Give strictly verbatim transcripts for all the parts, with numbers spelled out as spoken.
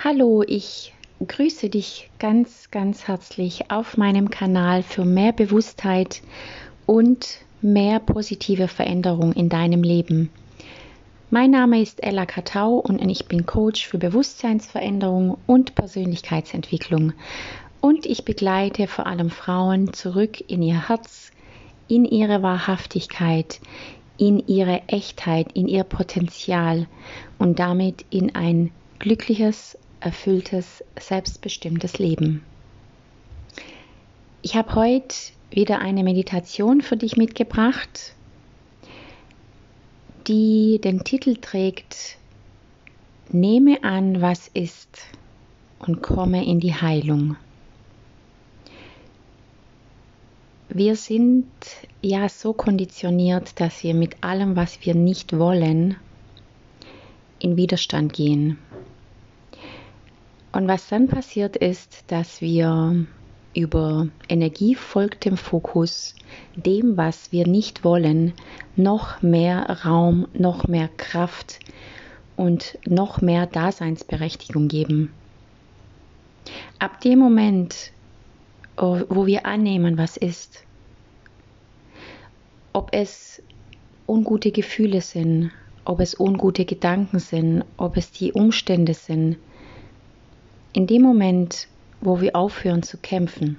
Hallo, ich grüße dich ganz, ganz herzlich auf meinem Kanal für mehr Bewusstheit und mehr positive Veränderung in deinem Leben. Mein Name ist Ella Katau und ich bin Coach für Bewusstseinsveränderung und Persönlichkeitsentwicklung. Und ich begleite vor allem Frauen zurück in ihr Herz, in ihre Wahrhaftigkeit, in ihre Echtheit, in ihr Potenzial und damit in ein glückliches, erfülltes, selbstbestimmtes Leben. Ich habe heute wieder eine Meditation für dich mitgebracht, die den Titel trägt: Nehme an, was ist und komme in die Heilung. Wir sind ja so konditioniert, dass wir mit allem, was wir nicht wollen, in Widerstand gehen. Und was dann passiert ist, dass wir über Energie folgt dem Fokus, dem, was wir nicht wollen, noch mehr Raum, noch mehr Kraft und noch mehr Daseinsberechtigung geben. Ab dem Moment, wo wir annehmen, was ist, ob es ungute Gefühle sind, ob es ungute Gedanken sind, ob es die Umstände sind, in dem Moment, wo wir aufhören zu kämpfen,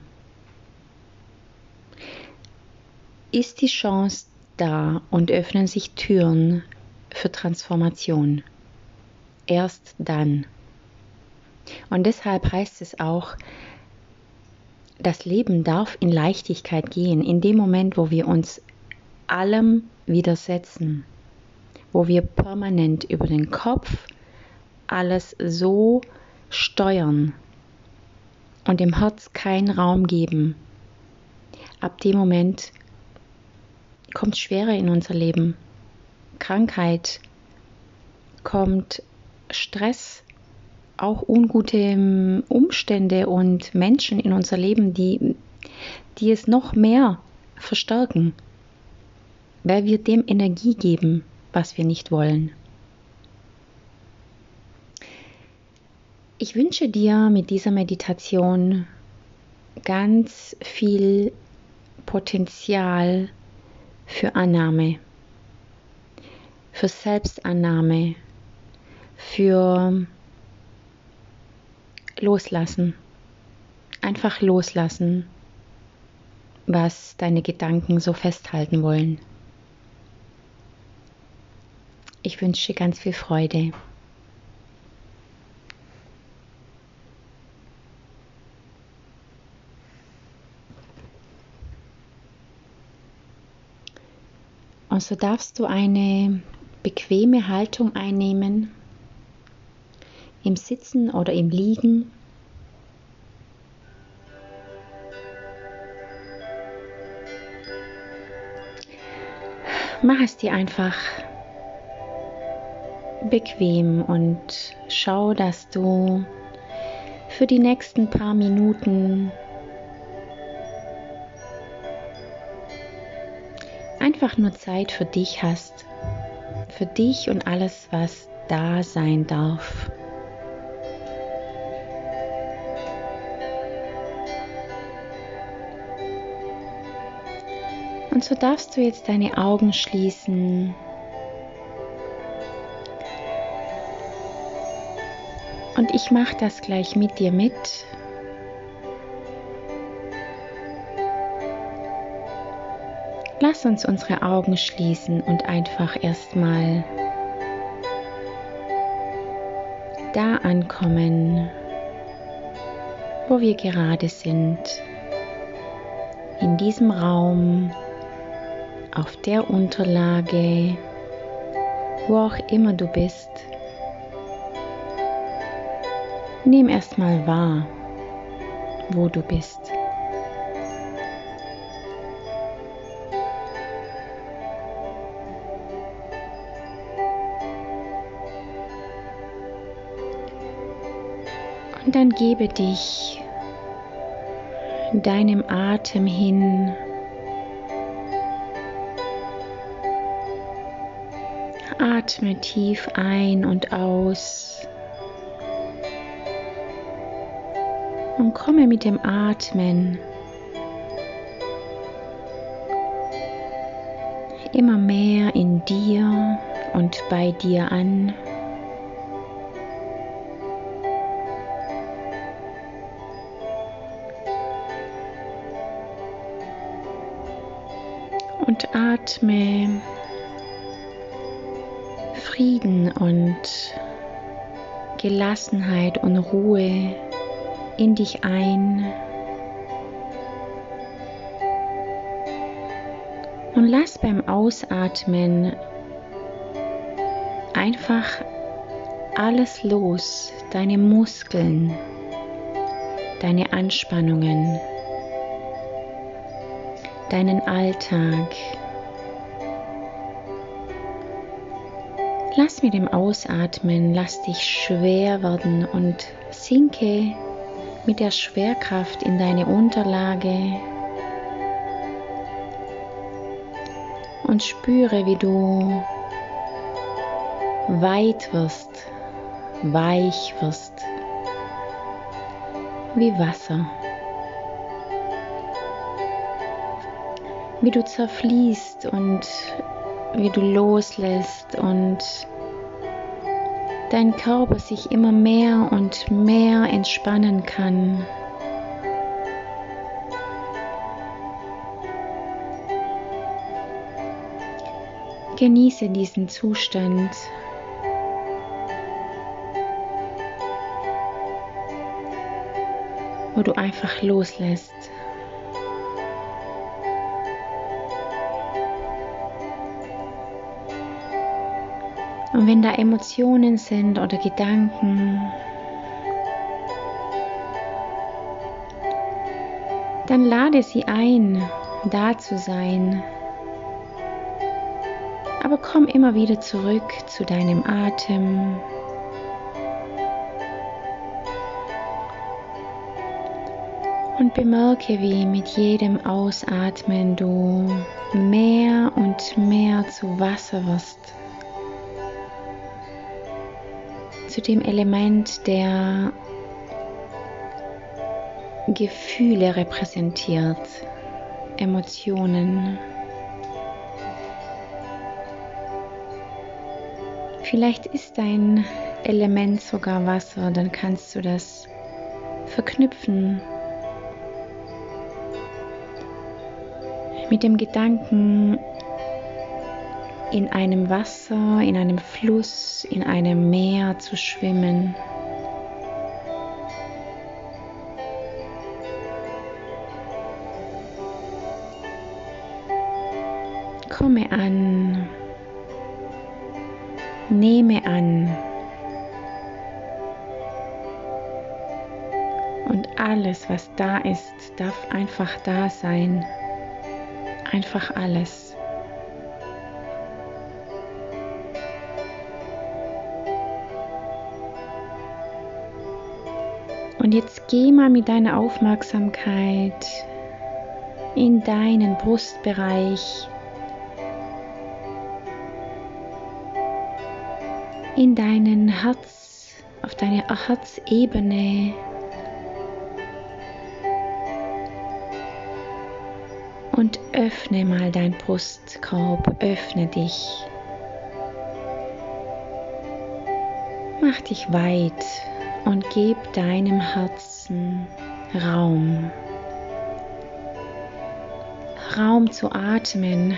ist die Chance da und öffnen sich Türen für Transformation. Erst dann. Und deshalb heißt es auch, das Leben darf in Leichtigkeit gehen, in dem Moment, wo wir uns allem widersetzen, wo wir permanent über den Kopf alles so steuern und dem Herz keinen Raum geben. Ab dem Moment kommt Schwere in unser Leben, Krankheit, kommt Stress, auch ungute Umstände und Menschen in unser Leben, die, die es noch mehr verstärken, weil wir dem Energie geben, was wir nicht wollen. Ich wünsche dir mit dieser Meditation ganz viel Potenzial für Annahme, für Selbstannahme, für Loslassen. Einfach loslassen, was deine Gedanken so festhalten wollen. Ich wünsche dir ganz viel Freude. Und so darfst du eine bequeme Haltung einnehmen, im Sitzen oder im Liegen. Mach es dir einfach bequem und schau, dass du für die nächsten paar Minuten einfach nur Zeit für dich hast, für dich und alles, was da sein darf. Und so darfst du jetzt deine Augen schließen und ich mache das gleich mit dir mit. Lass uns unsere Augen schließen und einfach erstmal da ankommen, wo wir gerade sind, in diesem Raum, auf der Unterlage, wo auch immer du bist. Nimm erstmal wahr, wo du bist. Und dann gebe dich deinem Atem hin. Atme tief ein und aus. Und komme mit dem Atmen immer mehr in dir und bei dir an. Und atme Frieden und Gelassenheit und Ruhe in dich ein. Und lass beim Ausatmen einfach alles los, deine Muskeln, deine Anspannungen, deinen Alltag. Lass mit dem Ausatmen, lass dich schwer werden und sinke mit der Schwerkraft in deine Unterlage und spüre, wie du weit wirst, weich wirst, wie Wasser. Wie du zerfließt und wie du loslässt und dein Körper sich immer mehr und mehr entspannen kann. Genieße diesen Zustand. Wo du einfach loslässt. Und wenn da Emotionen sind oder Gedanken, dann lade sie ein, da zu sein. Aber komm immer wieder zurück zu deinem Atem. Und bemerke, wie mit jedem Ausatmen du mehr und mehr zu Wasser wirst. Zu dem Element, der Gefühle repräsentiert, Emotionen. Vielleicht ist dein Element sogar Wasser, dann kannst du das verknüpfen mit dem Gedanken, in einem Wasser, in einem Fluss, in einem Meer zu schwimmen. Komme an, nehme an und alles, was da ist, darf einfach da sein. Einfach alles. Und jetzt geh mal mit deiner Aufmerksamkeit in deinen Brustbereich, in deinen Herz, auf deine Herzebene. Und öffne mal deinen Brustkorb, öffne dich. Mach dich weit und gib deinem Herzen Raum. Raum zu atmen.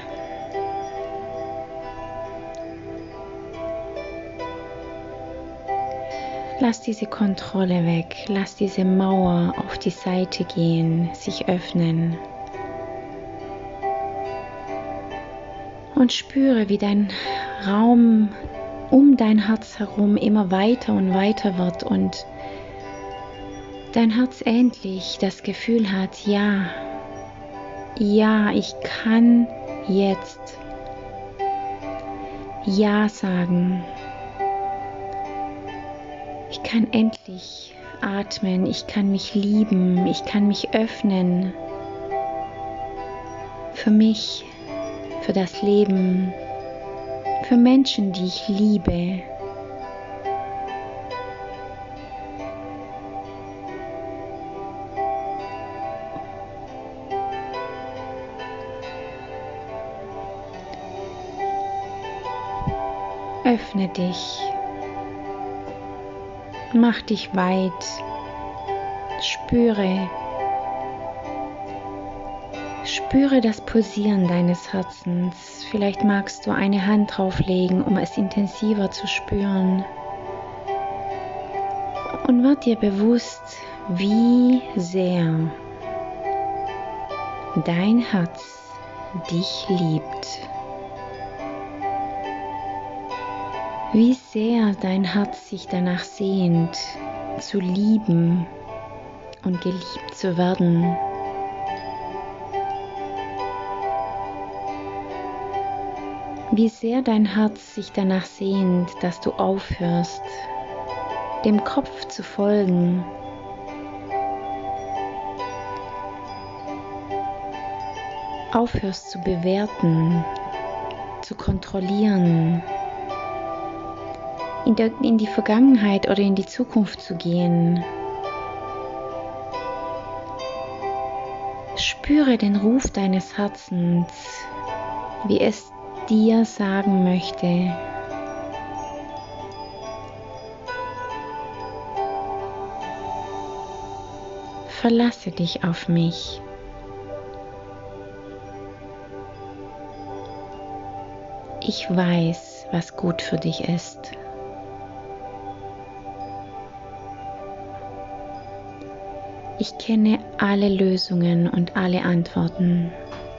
Lass diese Kontrolle weg, lass diese Mauer auf die Seite gehen, sich öffnen. Und spüre, wie dein Raum um dein Herz herum immer weiter und weiter wird und dein Herz endlich das Gefühl hat, ja, ja, ich kann jetzt Ja sagen. Ich kann endlich atmen, ich kann mich lieben, ich kann mich öffnen für mich, für das Leben, für Menschen, die ich liebe. Öffne dich, mach dich weit, spüre, spüre das Pulsieren deines Herzens. Vielleicht magst du eine Hand drauflegen, um es intensiver zu spüren. Und werd dir bewusst, wie sehr dein Herz dich liebt. Wie sehr dein Herz sich danach sehnt, zu lieben und geliebt zu werden. Wie sehr dein Herz sich danach sehnt, dass du aufhörst, dem Kopf zu folgen. Aufhörst zu bewerten, zu kontrollieren, in, der, in die Vergangenheit oder in die Zukunft zu gehen. Spüre den Ruf deines Herzens, wie es dir sagen möchte: Verlasse dich auf mich. Ich weiß, was gut für dich ist. Ich kenne alle Lösungen und alle Antworten.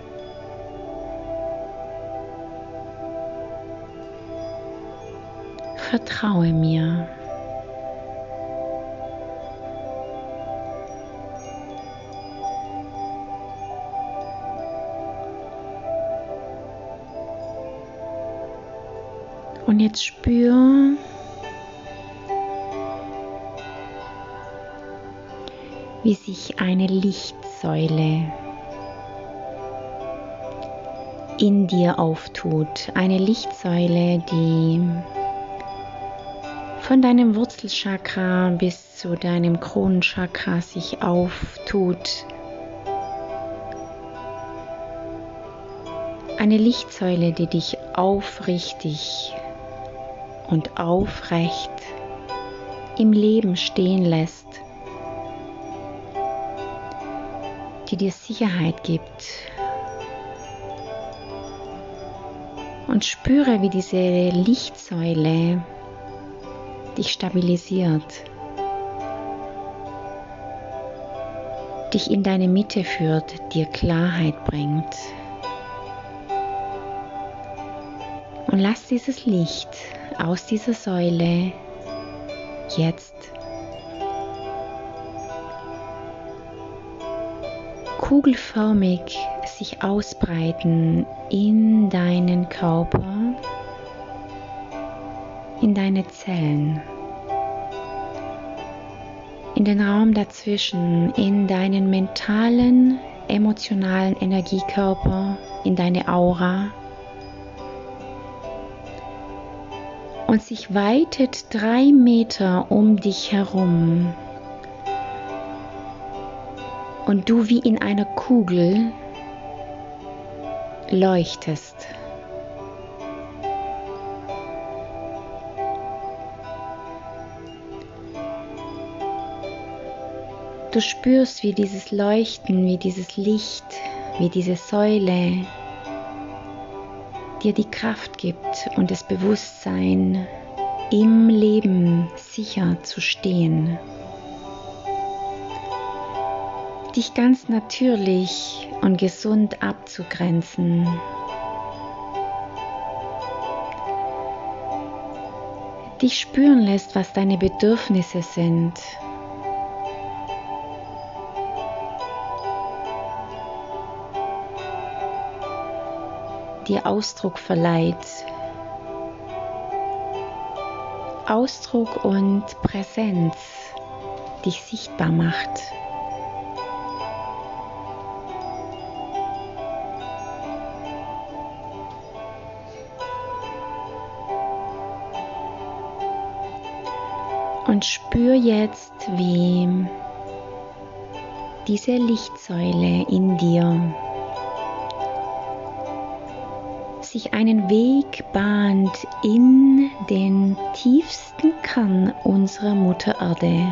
Vertraue mir. Und jetzt spür, wie sich eine Lichtsäule in dir auftut. Eine Lichtsäule, die von deinem Wurzelchakra bis zu deinem Kronenchakra sich auftut. Eine Lichtsäule, die dich aufrichtig und aufrecht im Leben stehen lässt, die dir Sicherheit gibt. Und spüre, wie diese Lichtsäule dich stabilisiert, dich in deine Mitte führt, dir Klarheit bringt. Und lass dieses Licht aus dieser Säule jetzt kugelförmig sich ausbreiten in deinen Körper, in deine Zellen, in den Raum dazwischen, in deinen mentalen, emotionalen Energiekörper, in deine Aura. Und sich weitet drei Meter um dich herum. Und du wie in einer Kugel leuchtest. Du spürst, wie dieses Leuchten, wie dieses Licht, wie diese Säule dir die Kraft gibt und das Bewusstsein, im Leben sicher zu stehen. Dich ganz natürlich und gesund abzugrenzen. Dich spüren lässt, was deine Bedürfnisse sind. Dir Ausdruck verleiht. Ausdruck und Präsenz dich sichtbar macht. Und spür jetzt, wie diese Lichtsäule in dir sich einen Weg bahnt in den tiefsten Kern unserer Mutter Erde.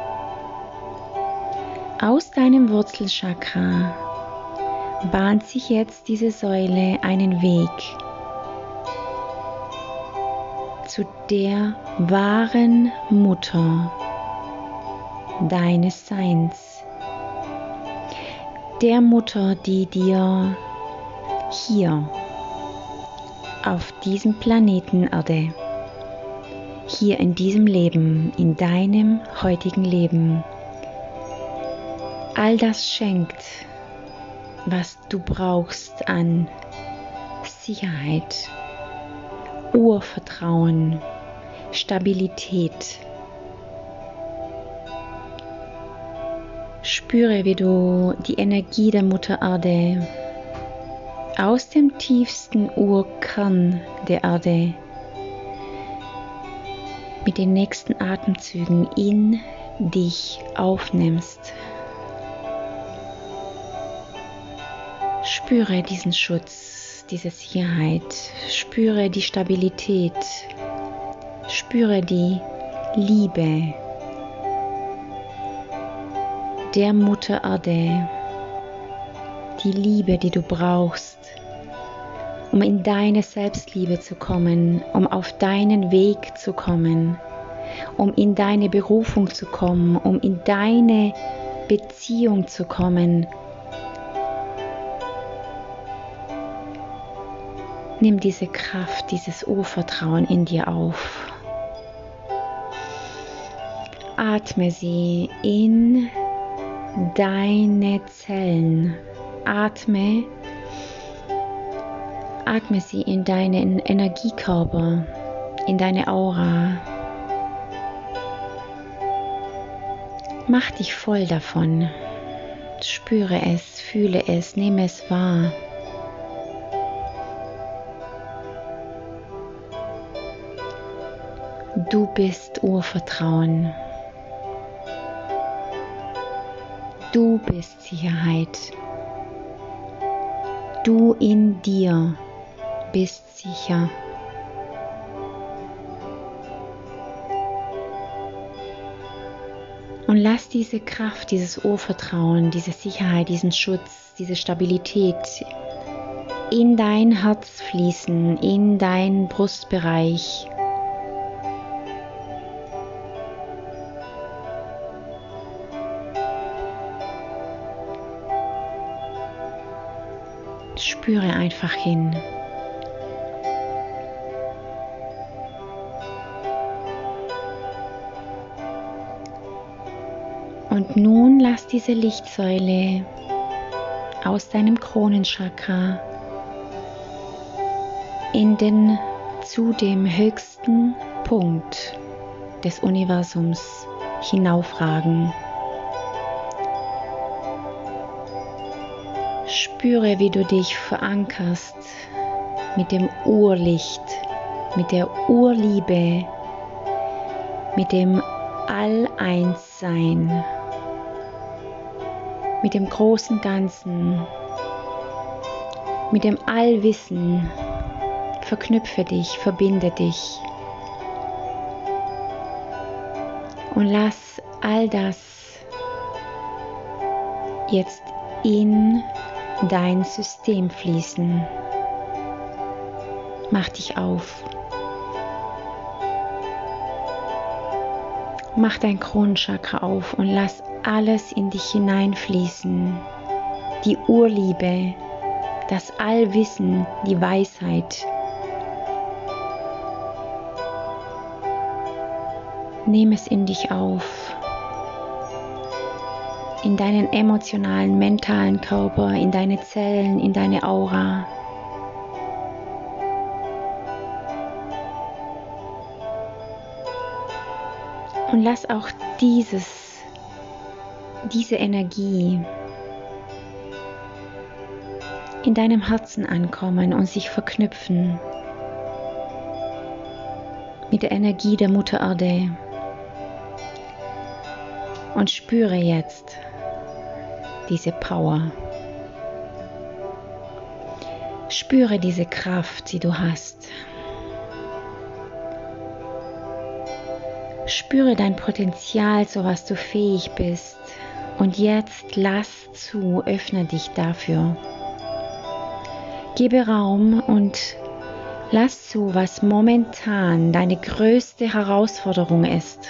Aus deinem Wurzelchakra bahnt sich jetzt diese Säule einen Weg zu der wahren Mutter deines Seins, der Mutter, die dir hier auf diesem Planeten Erde, hier in diesem Leben, in deinem heutigen Leben, all das schenkt, was du brauchst an Sicherheit, Urvertrauen, Stabilität. Spüre, wie du die Energie der Mutter Erde aus dem tiefsten Urkern der Erde mit den nächsten Atemzügen in dich aufnimmst. Spüre diesen Schutz, diese Sicherheit, spüre die Stabilität, spüre die Liebe der Mutter Erde, die Liebe, die du brauchst, um in deine Selbstliebe zu kommen, um auf deinen Weg zu kommen, um in deine Berufung zu kommen, um in deine Beziehung zu kommen. Nimm diese Kraft, dieses Urvertrauen in dir auf. Atme sie in deine Zellen. Atme, atme sie in deinen Energiekörper, in deine Aura. Mach dich voll davon. Spüre es, fühle es, nehme es wahr. Du bist Urvertrauen. Du bist Sicherheit. Du in dir bist sicher. Und lass diese Kraft, dieses Urvertrauen, diese Sicherheit, diesen Schutz, diese Stabilität in dein Herz fließen, in deinen Brustbereich. Spüre einfach hin. Und nun lass diese Lichtsäule aus deinem Kronenchakra in den zu dem höchsten Punkt des Universums hinaufragen. Spüre, wie du dich verankerst mit dem Urlicht, mit der Urliebe, mit dem All-Eins-Sein, mit dem großen Ganzen, mit dem Allwissen. Verknüpfe dich, verbinde dich und lass all das jetzt in dein System fließen. Mach dich auf. Mach dein Kronenchakra auf und lass alles in dich hineinfließen. Die Urliebe, das Allwissen, die Weisheit. Nimm es in dich auf. In deinen emotionalen, mentalen Körper, in deine Zellen, in deine Aura. Und lass auch dieses, diese Energie in deinem Herzen ankommen und sich verknüpfen mit der Energie der Mutter Erde. Und spüre jetzt diese Power. Spüre diese Kraft, die du hast. Spüre dein Potenzial, zu was du fähig bist. Und jetzt lass zu, öffne dich dafür. Gebe Raum und lass zu, was momentan deine größte Herausforderung ist.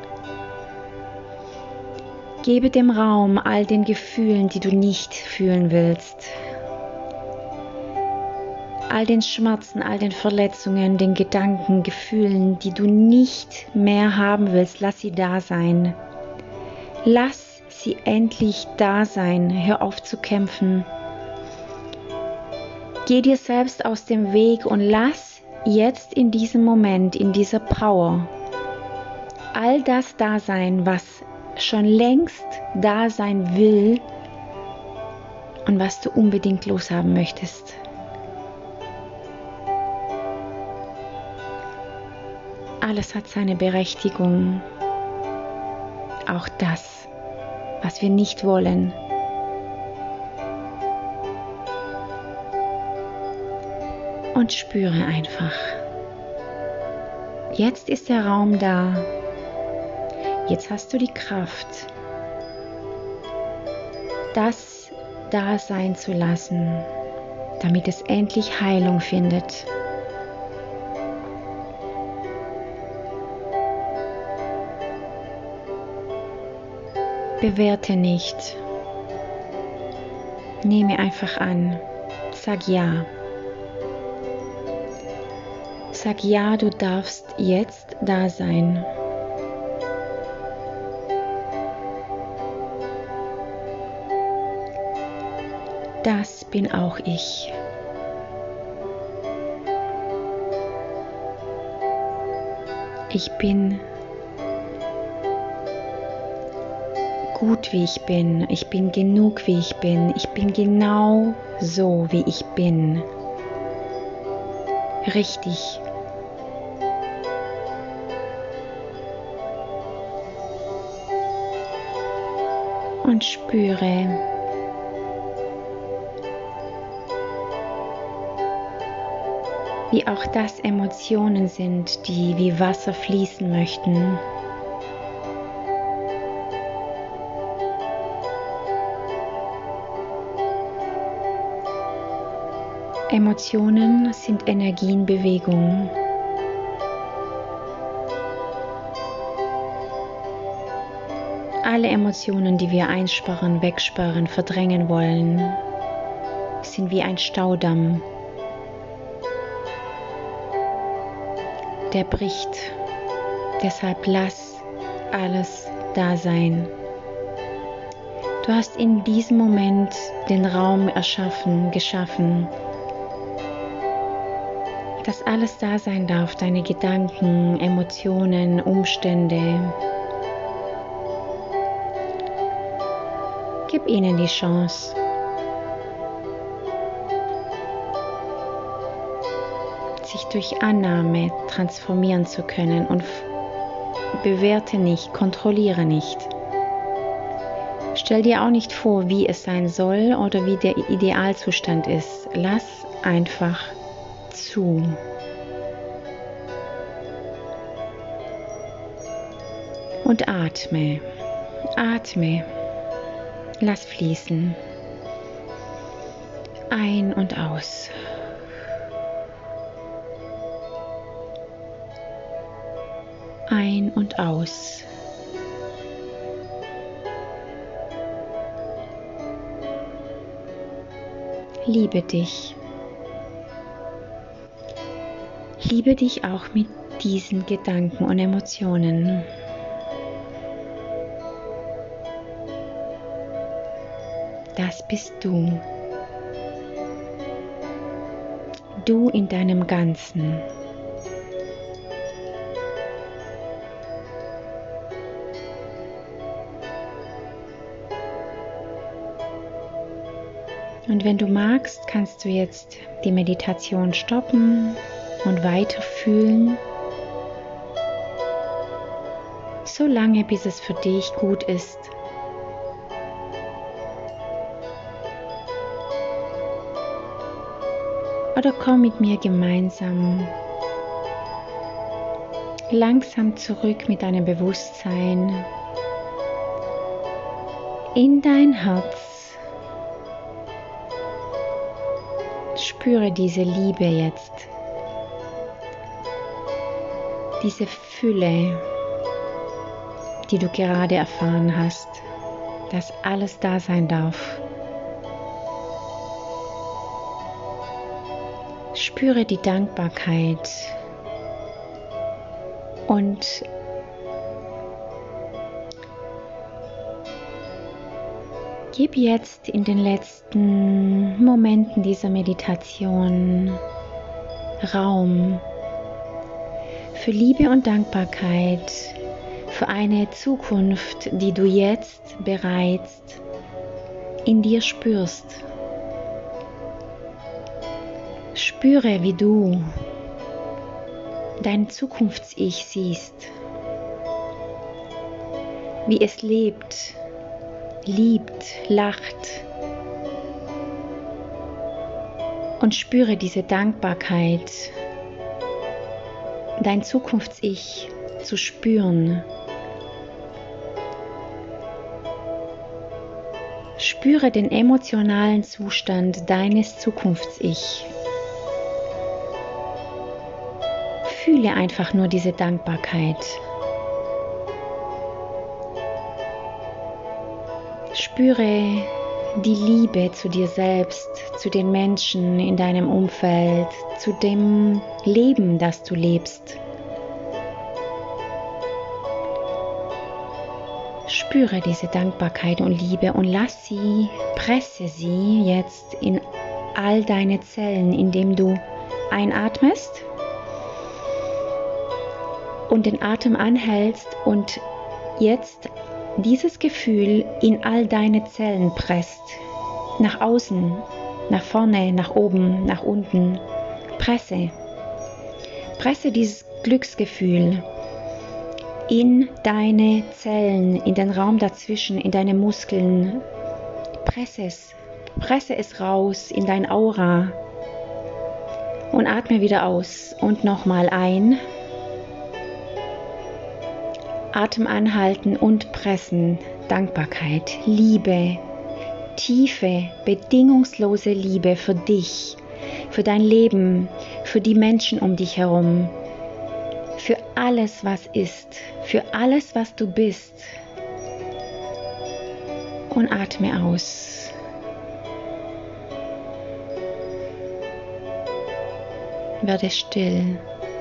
Gebe dem Raum all den Gefühlen, die du nicht fühlen willst. All den Schmerzen, all den Verletzungen, den Gedanken, Gefühlen, die du nicht mehr haben willst, lass sie da sein. Lass sie endlich da sein. Hör auf zu kämpfen. Geh dir selbst aus dem Weg und lass jetzt in diesem Moment, in dieser Power, all das da sein, was schon längst da sein will und was du unbedingt loshaben möchtest. Alles hat seine Berechtigung, auch das, was wir nicht wollen. Und spüre einfach. Jetzt ist der Raum da. Jetzt hast du die Kraft, das da sein zu lassen, damit es endlich Heilung findet. Bewerte nicht. Nehme einfach an. Sag ja. Sag ja, du darfst jetzt da sein. Das bin auch ich. Ich bin gut, wie ich bin. Ich bin genug, wie ich bin. Ich bin genau so, wie ich bin. Richtig. Und spüre, wie auch das Emotionen sind, die wie Wasser fließen möchten. Emotionen sind Energienbewegungen. Alle Emotionen, die wir einsperren, wegsperren, verdrängen wollen, sind wie ein Staudamm. Der bricht. Deshalb lass alles da sein. Du hast in diesem Moment den Raum erschaffen, geschaffen, dass alles da sein darf, deine Gedanken, Emotionen, Umstände. Gib ihnen die Chance. Sich durch Annahme transformieren zu können und bewerte nicht, kontrolliere nicht. Stell dir auch nicht vor, wie es sein soll oder wie der Idealzustand ist. Lass einfach zu. Und atme, atme, lass fließen. Ein und aus. Ein und aus. Liebe dich. Liebe dich auch mit diesen Gedanken und Emotionen. Das bist du. Du in deinem Ganzen. Und wenn du magst, kannst du jetzt die Meditation stoppen und weiter fühlen, so lange bis es für dich gut ist. Oder komm mit mir gemeinsam langsam zurück mit deinem Bewusstsein in dein Herz. Spüre diese Liebe jetzt, diese Fülle, die du gerade erfahren hast, dass alles da sein darf. Spüre die Dankbarkeit und gib jetzt in den letzten Momenten dieser Meditation Raum für Liebe und Dankbarkeit, für eine Zukunft, die du jetzt bereits in dir spürst. Spüre, wie du dein Zukunfts-Ich siehst, wie es lebt, liebt, lacht, und spüre diese Dankbarkeit, dein Zukunfts-Ich zu spüren. Spüre den emotionalen Zustand deines Zukunfts-Ich. Fühle einfach nur diese Dankbarkeit. Spüre die Liebe zu dir selbst, zu den Menschen in deinem Umfeld, zu dem Leben, das du lebst. Spüre diese Dankbarkeit und Liebe und lass sie, presse sie jetzt in all deine Zellen, indem du einatmest und den Atem anhältst und jetzt dieses Gefühl in all deine Zellen presst. Nach außen, nach vorne, nach oben, nach unten. Presse. Presse dieses Glücksgefühl in deine Zellen, in den Raum dazwischen, in deine Muskeln. Presse es. Presse es raus in dein Aura. Und atme wieder aus. Und nochmal ein. Atem anhalten und pressen. Dankbarkeit, Liebe, tiefe, bedingungslose Liebe für dich, für dein Leben, für die Menschen um dich herum, für alles, was ist, für alles, was du bist. Und atme aus. Werde still.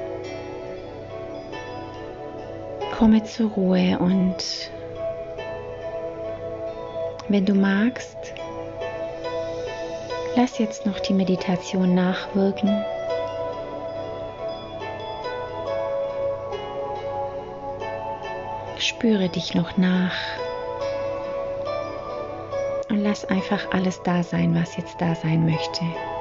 Komme zur Ruhe und wenn du magst, lass jetzt noch die Meditation nachwirken. Spüre dich noch nach und lass einfach alles da sein, was jetzt da sein möchte.